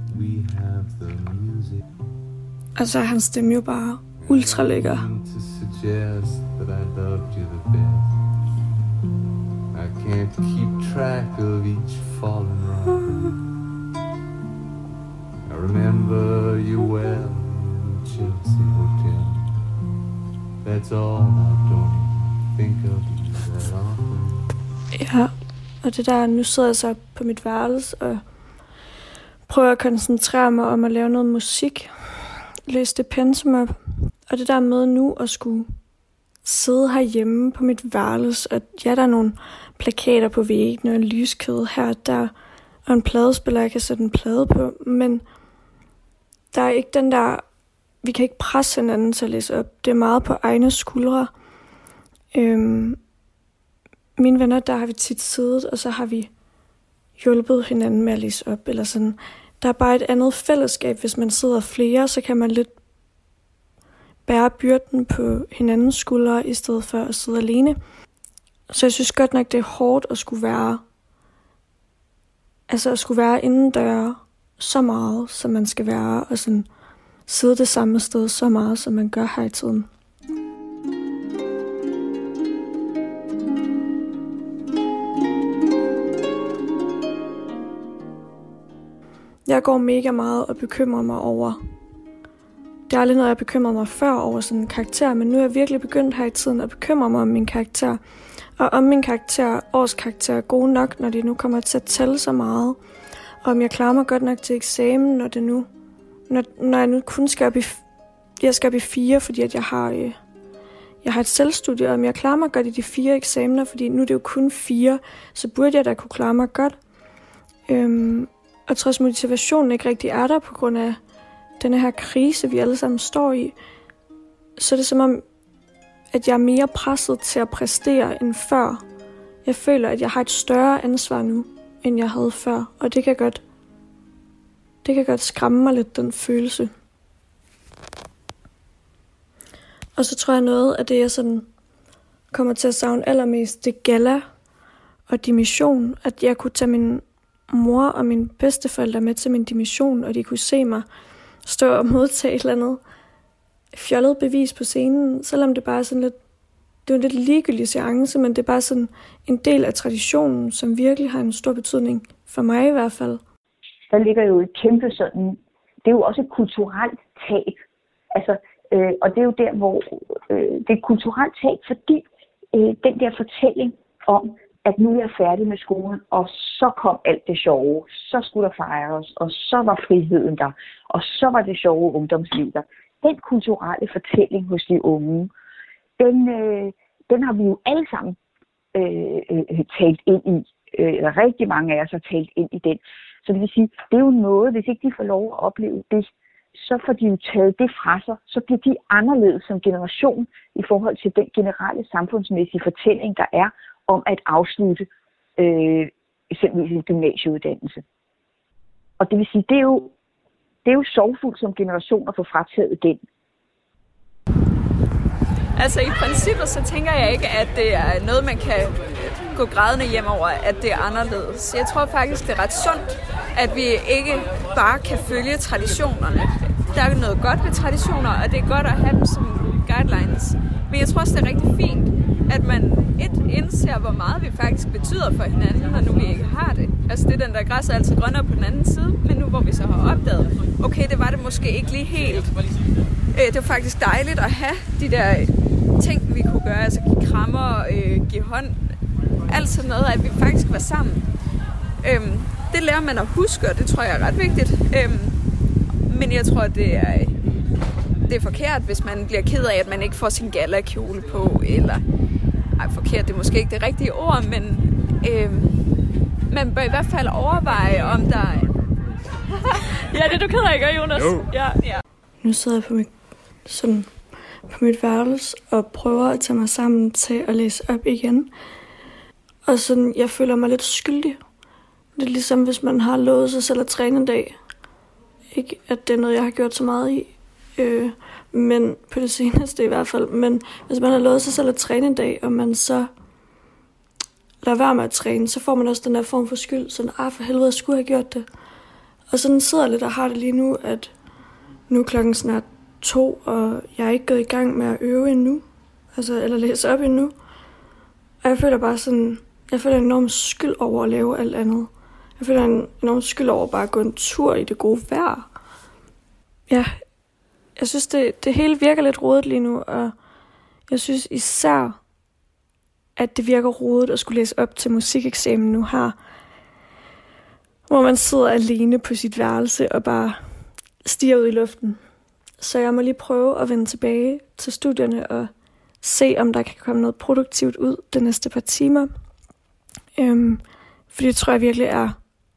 Og så er hans stemme jo bare ultra lækker. That I loved you the best. I can't keep track of each fallen rock. I remember you well in the Chelsea Hotel. That's all now, don't you think of you that often. Ja, og det der, nu sidder jeg så på mit værelse og prøver at koncentrere mig om at lave noget musik. Læse det pensum op. Og det der med nu at skulle sidde herhjemme på mit værelse, og ja, der er nogle plakater på væggen og en lyskæde her og der, og en pladespiller, jeg kan sætte en plade på, men der er ikke den der, vi kan ikke presse hinanden til at læse op. Det er meget på egne skuldre. Øhm, mine venner, der har vi tit siddet, og så har vi hjulpet hinanden med at læse op, eller sådan. Der er bare et andet fællesskab, hvis man sidder flere, så kan man lidt bære byrden på hinandens skuldre, i stedet for at sidde alene. Så jeg synes godt nok, det er hårdt at skulle være, altså at skulle være indendør så meget, som man skal være, og sådan sidde det samme sted så meget, som man gør her i tiden. Jeg går mega meget og bekymrer mig over. Det er aldrig noget, jeg bekymrede mig før over sådan en karakter, men nu er jeg virkelig begyndt her i tiden at bekymre mig om min karakter. Og om min karakter, årskarakter er gode nok, når de nu kommer til at tælle så meget. Og om jeg klarer mig godt nok til eksamen, når det nu, når, når jeg nu kun skal op i, jeg skal op i fire, fordi at jeg har, øh, jeg har et selvstudie, og om jeg klarer mig godt i de fire eksamener, fordi nu er det jo kun fire, så burde jeg da kunne klare mig godt. Øhm, og trods motivationen ikke rigtig er der på grund af denne her krise, vi alle sammen står i, så er det som om, at jeg er mere presset til at præstere end før. Jeg føler, at jeg har et større ansvar nu, end jeg havde før, og det kan godt, det kan godt skræmme mig lidt, den følelse. Og så tror jeg noget af det, jeg sådan kommer til at savne allermest, det er galla og dimission. At jeg kunne tage min mor og mine bedsteforældre med til min dimission, og de kunne se mig stå og modtage et eller andet fjollet bevis på scenen, selvom det bare er sådan lidt, det er en lidt ligegyldig seance, men det er bare sådan en del af traditionen, som virkelig har en stor betydning for mig i hvert fald. der ligger jo et kæmpe sådan, det er jo også et kulturelt tab. Altså, øh, og det er jo der, hvor øh, det er et kulturelt tab, fordi øh, den der fortælling om, at nu er jeg færdig med skolen, og så kom alt det sjove, så skulle der fejres, og så var friheden der, og så var det sjove ungdomsliv der. Den kulturelle fortælling hos de unge, den, øh, den har vi jo alle sammen øh, øh, talt ind i, øh, eller rigtig mange af os har talt ind i den. Så det vil sige, det er jo noget, hvis ikke de får lov at opleve det, så får de jo taget det fra sig, så bliver de anderledes som generation i forhold til den generelle samfundsmæssige fortælling, der er om at afslutte øh, eksempelvis en gymnasieuddannelse. Og det vil sige, det er jo, det er jo sorgfuldt som generation at få frataget den. Altså i princippet så tænker jeg ikke, at det er noget, man kan gå grædende hjem over, at det er anderledes. Jeg tror faktisk, det er ret sundt, at vi ikke bare kan følge traditionerne. Der er noget godt ved traditioner, og det er godt at have dem som guidelines. Men jeg tror også, det er rigtig fint, at man et indser, hvor meget vi faktisk betyder for hinanden, når nu vi ikke har det. Altså det er den der græs er altid grønnere på den anden side, men nu hvor vi så har opdaget, okay, det var det måske ikke lige helt. Øh, det var faktisk dejligt at have de der ting, vi kunne gøre, altså give krammer, øh, give hånd, alt sådan noget, at vi faktisk var sammen. Øhm, det lærer man at huske, og det tror jeg er ret vigtigt. Øhm, men jeg tror, det er, det er forkert, hvis man bliver ked af, at man ikke får sin gallakjole på, eller ej, forkert, det er måske ikke det rigtige ord, men øhm, man bør i hvert fald overveje, om der er... Ja, det er du ked af, ikke, Jonas? Jo. Ja. Ja. Nu sidder jeg på mit, sådan, på mit værelse og prøver at tage mig sammen til at læse op igen. Og sådan, jeg føler mig lidt skyldig. Det er ligesom, hvis man har lovet sig selv at træne en dag. Ikke, at det er noget, jeg har gjort så meget i. Øh, men på det seneste i hvert fald. Men hvis man har lovet sig selv at træne en dag, og man så lader være med at træne, så får man også den der form for skyld. Sådan, ah for helvede, jeg skulle have gjort det. Og sådan sidder jeg lidt og har det lige nu, at nu er klokken snart to, og jeg er ikke gået i gang med at øve endnu. Altså, eller læse op endnu. Og jeg føler bare sådan, jeg føler en enorm skyld over at lave alt andet. Jeg føler en enorm skyld over bare at gå en tur i det gode vejr. Ja, jeg synes, det, det hele virker lidt rodet lige nu, og jeg synes især, at det virker rodet at skulle læse op til musikeksamen nu her, hvor man sidder alene på sit værelse og bare stiger ud i luften. Så jeg må lige prøve at vende tilbage til studierne og se, om der kan komme noget produktivt ud de næste par timer. Øhm, fordi det tror jeg virkelig er,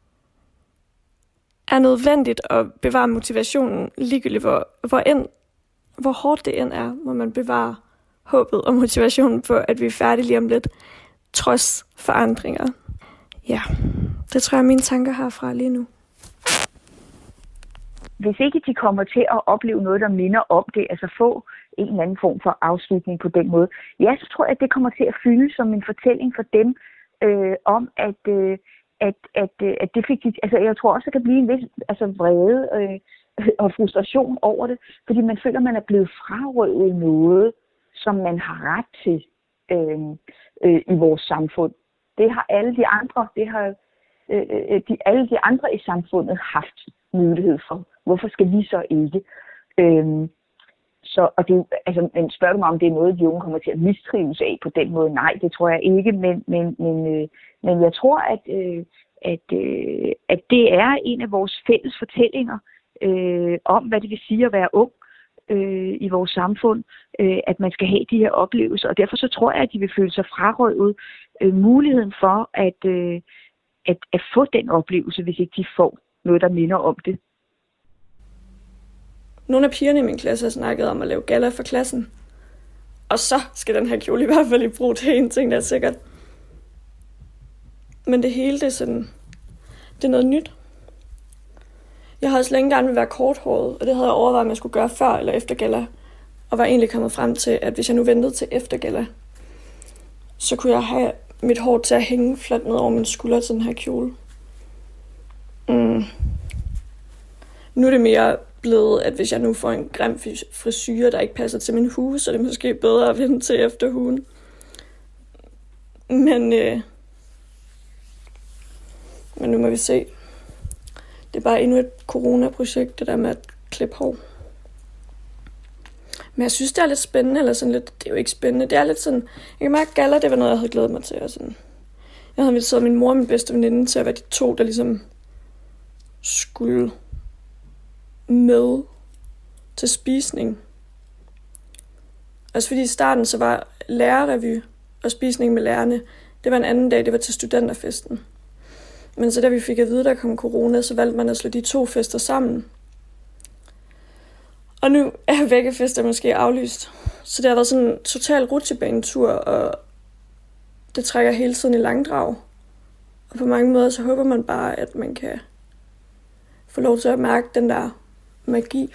er nødvendigt at bevare motivationen, ligegyldigt hvor, hvor, end, hvor hårdt det end er, må man bevare håbet og motivationen på, at vi er færdige lige om lidt, trods forandringer. Ja, det tror jeg er mine tanker herfra lige nu. Hvis ikke de kommer til at opleve noget, der minder om det, altså få en eller anden form for afslutning på den måde, ja, så tror jeg, at det kommer til at fylde som en fortælling for dem øh, om, at, øh, at, at, øh, at det fik de, altså jeg tror også, der kan blive en vis altså, vrede øh, og frustration over det, fordi man føler, at man er blevet frarøvet noget, som man har ret til øh, øh, i vores samfund. Det har alle de andre, det har øh, de, alle de andre i samfundet haft mulighed for. Hvorfor skal vi så ikke? Øhm, så, og det, altså, men spørger du mig, om det er noget, de unge kommer til at mistrives af på den måde? Nej, det tror jeg ikke, men, men, men, øh, men jeg tror, at, øh, at, øh, at det er en af vores fælles fortællinger øh, om, hvad det vil sige at være ung øh, i vores samfund, øh, at man skal have de her oplevelser, og derfor så tror jeg, at de vil føle sig frarøvet øh, muligheden for at, øh, at, at få den oplevelse, hvis ikke de får noget, der minder om det. Nogle af pigerne i min klasse har snakket om at lave galla for klassen. Og så skal den her kjole i hvert fald i brug til en ting, der er sikkert. Men det hele, det er sådan, det er noget nyt. Jeg havde også længe gerne vil være korthåret, og det havde jeg overvejet, om jeg skulle gøre før eller efter galla. Og var egentlig kommet frem til, at hvis jeg nu ventede til efter galla, så kunne jeg have mit hår til at hænge fladt ned over min skulder til den her kjole. Mm. Nu er det mere blevet, at hvis jeg nu får en grim frisyre, der ikke passer til min hue, så er det måske bedre at vente til efter huen. Men, øh, men nu må vi se. Det er bare endnu et coronaprojekt, det der med at klippe hår. Men jeg synes, det er lidt spændende, eller sådan lidt, det er jo ikke spændende, det er lidt sådan, jeg kan mærke, galla, det var noget, jeg havde glædet mig til, og sådan. Jeg havde inviteret min mor og min bedste veninde til at være de to, der ligesom skulle med til spisning. Altså fordi i starten, så var lærerrevy og spisning med lærerne, det var en anden dag, det var til studenterfesten. Men så da vi fik at vide, der kom corona, så valgte man at slå de to fester sammen. Og nu er begge fester måske aflyst. Så det har været sådan en total rutsjebanetur, og det trækker hele tiden i langdrag. Og på mange måder, så håber man bare, at man kan få lov til at mærke den der magi.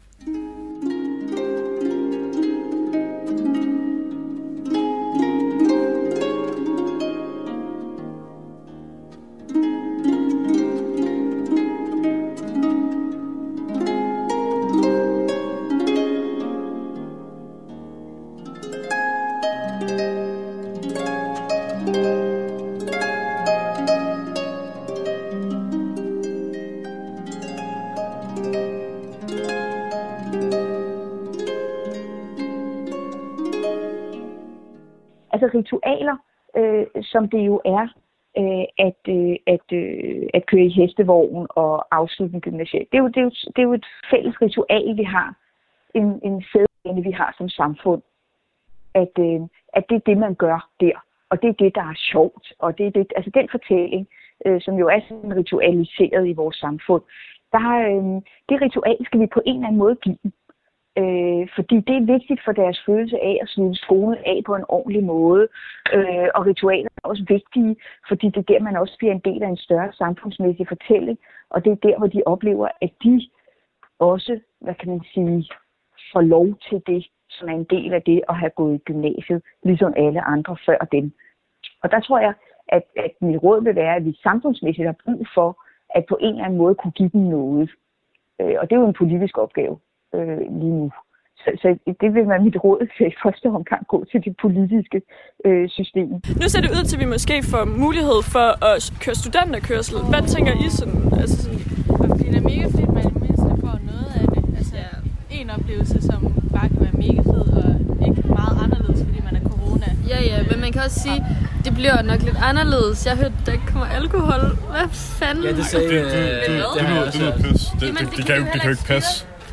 Altså ritualer, øh, som det jo er, øh, at, øh, at, øh, at køre i hestevogn og afslutte en gymnasiet. Det er jo, det er jo, det er jo et fælles ritual, vi har. En, en sædvane, vi har som samfund. At, øh, at det er det, man gør der. Og det er det, der er sjovt. Og det er det, altså den fortælling, øh, som jo er sådan ritualiseret i vores samfund, der, øh, det ritual skal vi på en eller anden måde give dem. Øh, fordi det er vigtigt for deres følelse af at slutte skolen af på en ordentlig måde. Øh, og ritualer er også vigtige, fordi det er der, man også bliver en del af en større samfundsmæssig fortælling. Og det er der, hvor de oplever, at de også, hvad kan man sige, får lov til det, som er en del af det at have gået i gymnasiet, ligesom alle andre før dem. Og der tror jeg, at, at mit råd vil være, at vi samfundsmæssigt har brug for, at på en eller anden måde kunne give dem noget. Øh, og det er jo en politisk opgave. Lige nu. Så, så det vil være mit råd til i første omgang gå til det politiske øh, system. Nu ser det ud til, at vi måske får mulighed for at køre studenterkørsel. Hvad tænker I sådan? Altså sådan... Det er mega fedt, at man i mindste får noget af det. Altså ja. En oplevelse, som bare kan være mega fed og ikke meget anderledes, fordi man er corona. Ja, ja, men man kan også sige, det bliver nok lidt anderledes. Jeg hørte, der ikke kommer alkohol. Hvad fanden? Ja, det sagde... Det, det, det, det, det, det, det, det, det, pis. Det, det, det, kan jo det kan ikke passe.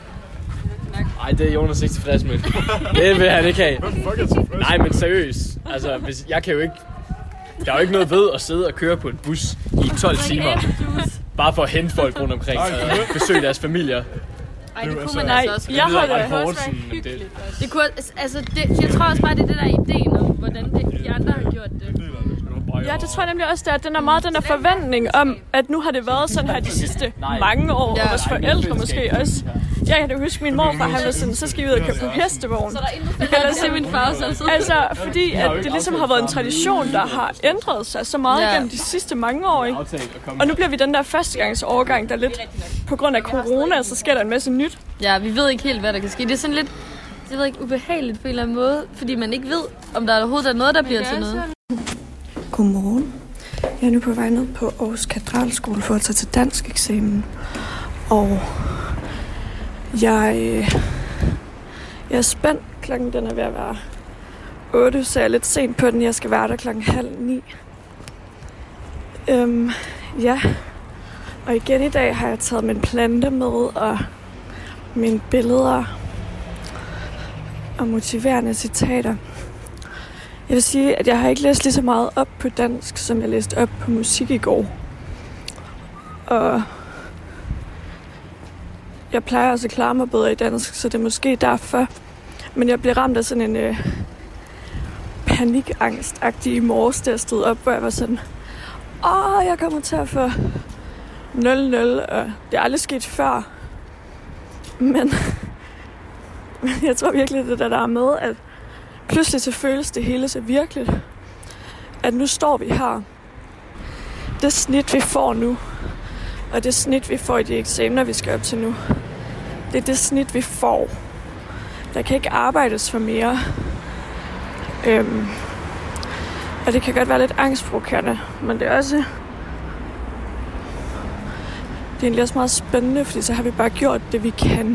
Nej, det er Jonas ikke tilfreds med. Det vil han ikke have. Nej, men seriøst. Altså, hvis, jeg kan jo ikke... Der er jo ikke noget ved at sidde og køre på en bus i tolv timer. Bare for at hente folk rundt omkring og besøge deres familier. Ej, det kunne man Nej, altså også. Jeg har det. Det også være hyggeligt. Det kunne, altså, det, jeg tror også bare, det er det der ideen om, hvordan det, de andre har gjort det. Ja, det tror jeg nemlig også, at den er meget den der forventning om, at nu har det været sådan her de sidste mange år, og vores forældre måske også. Jeg kan da huske, min morfar, han var sådan, så skal vi ud og køre på hestevogn. Eller se min far så. Altså, fordi at det ligesom har været en tradition, der har ændret sig så meget gennem de sidste mange år, ikke? Og nu bliver vi den der førstegangsårgang, der lidt på grund af corona, så sker der en masse nyt. Ja, vi ved ikke helt, hvad der kan ske. Det er sådan lidt, jeg ved ikke, ubehageligt på en eller anden måde, fordi man ikke ved, om der overhovedet er noget, der bliver til noget. Godmorgen. Jeg er nu på vej ned på Aarhus Katedralskole for at tage til dansk eksamen. Og jeg, jeg er spændt. Klokken den er ved at være otte, så jeg er lidt sent på den. Jeg skal være der klokken halv ni. Øhm, ja. Og igen i dag har jeg taget min plante med og mine billeder og motiverende citater. Jeg vil sige, at jeg har ikke læst lige så meget op på dansk, som jeg læste op på musik i går. Og jeg plejer også at klare mig bedre i dansk, så det er måske derfor. Men jeg blev ramt af sådan en øh, panikangst-agtig i morges, da jeg stod op, hvor jeg var sådan, åh, jeg kommer til at få nul nul, og det er aldrig sket før. Men, men jeg tror virkelig, det der, der er med, at pludselig så føles det hele så virkeligt, at nu står vi her. Det snit, vi får nu, og det snit, vi får i de eksamener, vi skal op til nu, det er det snit, vi får. Der kan ikke arbejdes for mere. Øhm, og det kan godt være lidt angstprovokerende, men det er også... det er egentlig også meget spændende, fordi så har vi bare gjort det, vi kan.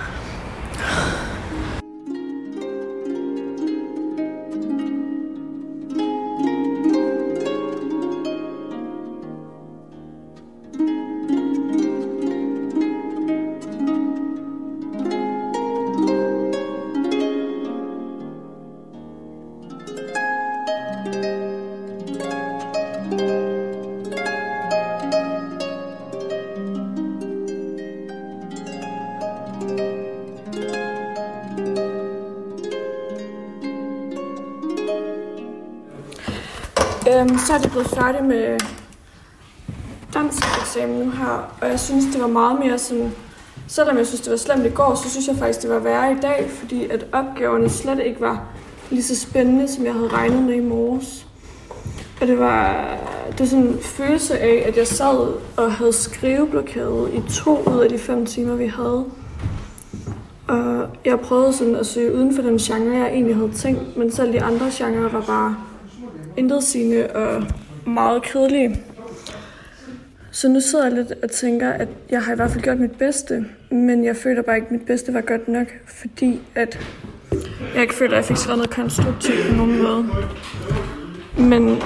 Øhm, så er det blevet færdig med dansk eksamen nu her, og jeg synes, det var meget mere sådan, selvom jeg synes, det var slemt i går, så synes jeg faktisk, det var værre i dag, fordi at opgaverne slet ikke var lige så spændende, som jeg havde regnet med i morges. Og det var, det var sådan en følelse af, at jeg sad og havde skriveblokade i to ud af de fem timer, vi havde. Og jeg prøvede sådan at søge uden for den genre, jeg egentlig havde tænkt, men selv de andre genrer var bare intetsigende og meget kedelige. Så nu sidder jeg lidt og tænker, at jeg har i hvert fald gjort mit bedste, men jeg føler bare ikke, at mit bedste var godt nok, fordi at jeg ikke føler, at jeg fik skrevet noget konstruktivt på nogen måde. Men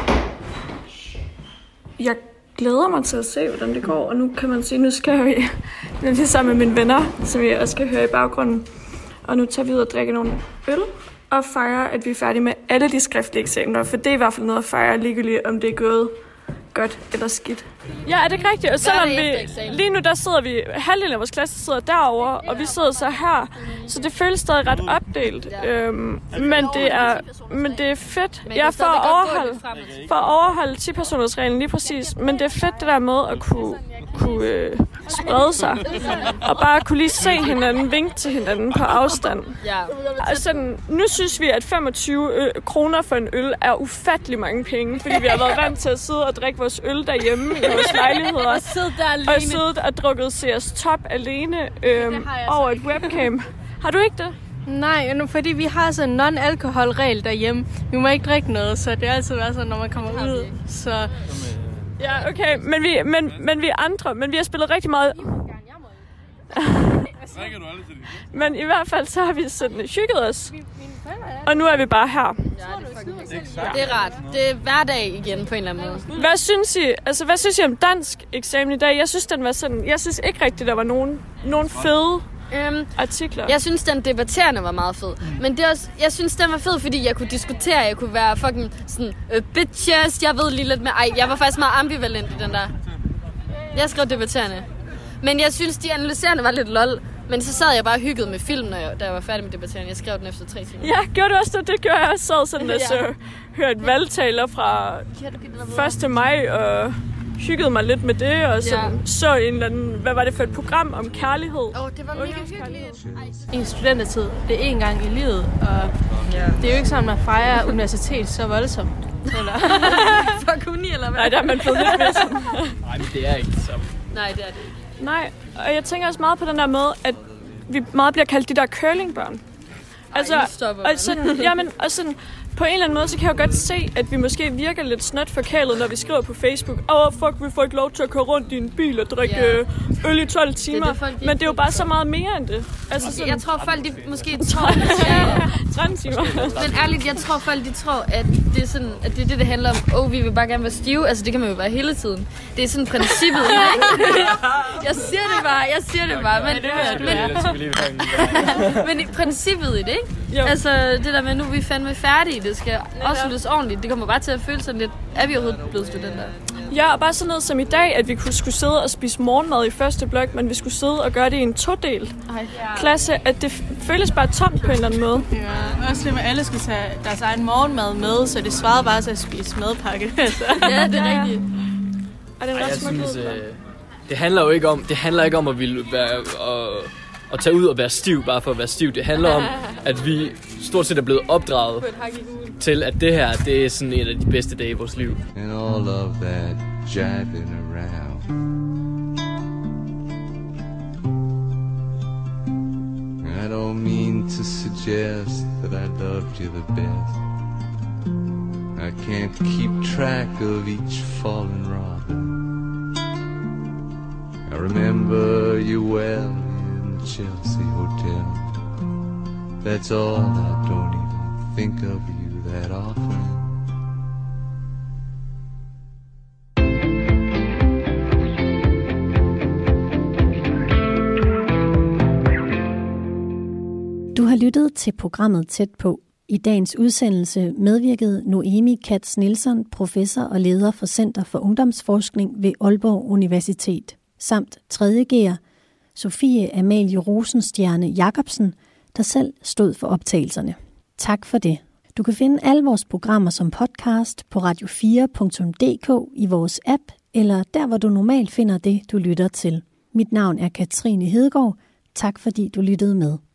jeg glæder mig til at se, hvordan det går, og nu kan man sige, nu skal vi lidt sammen med mine venner, som jeg også skal høre i baggrunden. Og nu tager vi ud og drikker nogle øl og fejre, at vi er færdige med alle de skriftlige eksamener, for det er i hvert fald noget at fejre, ligegyldigt om det er gået godt eller skidt. Ja, er det ikke rigtigt? Og selvom vi, lige nu der sidder vi, halvdelen af vores klasse sidder derovre, og vi sidder så her, så det føles stadig ret opdelt. Øhm, men, det er, men det er fedt. Ja, for at overholde, for at overholde ti-personers reglen lige præcis. Men det er fedt det der med at kunne, kunne øh, sprede sig, og bare kunne lige se hinanden, vinke til hinanden på afstand. Altså, nu synes vi, at femogtyve kroner for en øl er ufattelig mange penge, fordi vi har været vant til at sidde og drikke vores øl derhjemme i vores lejligheder. Og sidde der alene. Og siddet og drukket C S Top alene øhm, over et webcam. Har du ikke det? Nej, nu, fordi vi har sådan en non-alkohol-regel derhjemme. Vi må ikke drikke noget, så det er altid været sådan, når man kommer ud. Så... Ja, okay. Men vi, men, men vi er andre. Men vi har spillet rigtig meget... Men i hvert fald så har vi sådan hygget os. Og nu er vi bare her. Det er rart. Det er hverdag igen på en eller anden måde. Hvad synes I? Altså, hvad synes I om dansk eksamen i dag? Jeg synes, den var sådan... Jeg synes ikke rigtigt, der var nogen, nogen fede øhm, artikler. Jeg synes, den debatterende var meget fed. Men det er også, jeg synes, den var fed, fordi jeg kunne diskutere. Jeg kunne være fucking sådan... Uh, bitches, jeg ved lige lidt med... Ej, jeg var faktisk meget ambivalent i den der. Jeg skrev debatterende. Men jeg synes, de analyserende var lidt lol. Men så sad jeg bare og hyggede med film, når jeg, da jeg var færdig med debatteringen. Jeg skrev den efter tre timer. Ja, gjorde du også det? Det gjorde jeg også. Sad sådan og så hørte valgtaler fra første maj og hyggede mig lidt med det. Og sådan, ja. Så en eller anden, hvad var det for et program om kærlighed? Åh, oh, det var mega hyggeligt. En studentertid, det er én gang i livet, og ja. Det er jo ikke sådan, at man fejrer universitet så voldsomt. Eller fuck uni, eller hvad? Nej, der er man fået lidt mere sådan. Nej, men det er ikke så. Nej, det er det ikke. Nej, og jeg tænker også meget på den der med, at vi meget bliver kaldt de der curlingbørn. Altså, og sådan, jamen, og sådan, på en eller anden måde, så kan jeg jo godt se, at vi måske virker lidt snot forkælet, når vi skriver på Facebook. Åh, oh, fuck, vi får ikke lov til at køre rundt i en bil og drikke yeah. øl i tolv timer. Det det, folk, men det er jo bare så meget mere end det. Altså, sådan, jeg tror, folk de måske tror... tretten timer. Men ærligt, jeg tror, folk de tror, at det er, sådan, at det er det, det handler om. Åh, oh, vi vil bare gerne være stive. Altså, det kan man jo være hele tiden. Det er sådan princippet. Jeg siger det bare, jeg siger det bare. Men, men, men, men princippet i det, ikke? Jo. Altså, det der med, nu er vi fandme færdige. Det skal afsluttes ordentligt. Det kommer bare til at føle sådan lidt, er vi overhovedet blevet studenter? Ja, og bare sådan noget som i dag, at vi kunne, skulle sidde og spise morgenmad i første blok, men vi skulle sidde og gøre det i en to-del klasse, at det føles bare tomt på en eller anden måde. Ja, også det med, at alle skulle tage deres egen morgenmad med, så det svarede bare til at spise madpakke. Ja, det er rigtigt. Og det er ret smukt ud. Det handler jo ikke om, det handler ikke om at ville være... Og at tage ud og være stiv, bare for at være stiv. Det handler om, at vi stort set er blevet opdraget til, at det her, det er sådan en af de bedste dage i vores liv. And all of that jiving around. I don't mean to suggest that I loved you the best. I can't keep track of each fallen robin. I I remember you well in the Chelsea Hotel. That's all, I don't even think of you that often. Du har lyttet til programmet Tæt på. I dagens udsendelse medvirkede Noemi Katz Nielsen, professor og leder for Center for Ungdomsforskning ved Aalborg Universitet, samt tredje G'er Sofie Amalie Rosenstjerne Jacobsen, der selv stod for optagelserne. Tak for det. Du kan finde alle vores programmer som podcast på radio fire punktum d k i vores app, eller der, hvor du normalt finder det, du lytter til. Mit navn er Katrine Hedegaard. Tak fordi du lyttede med.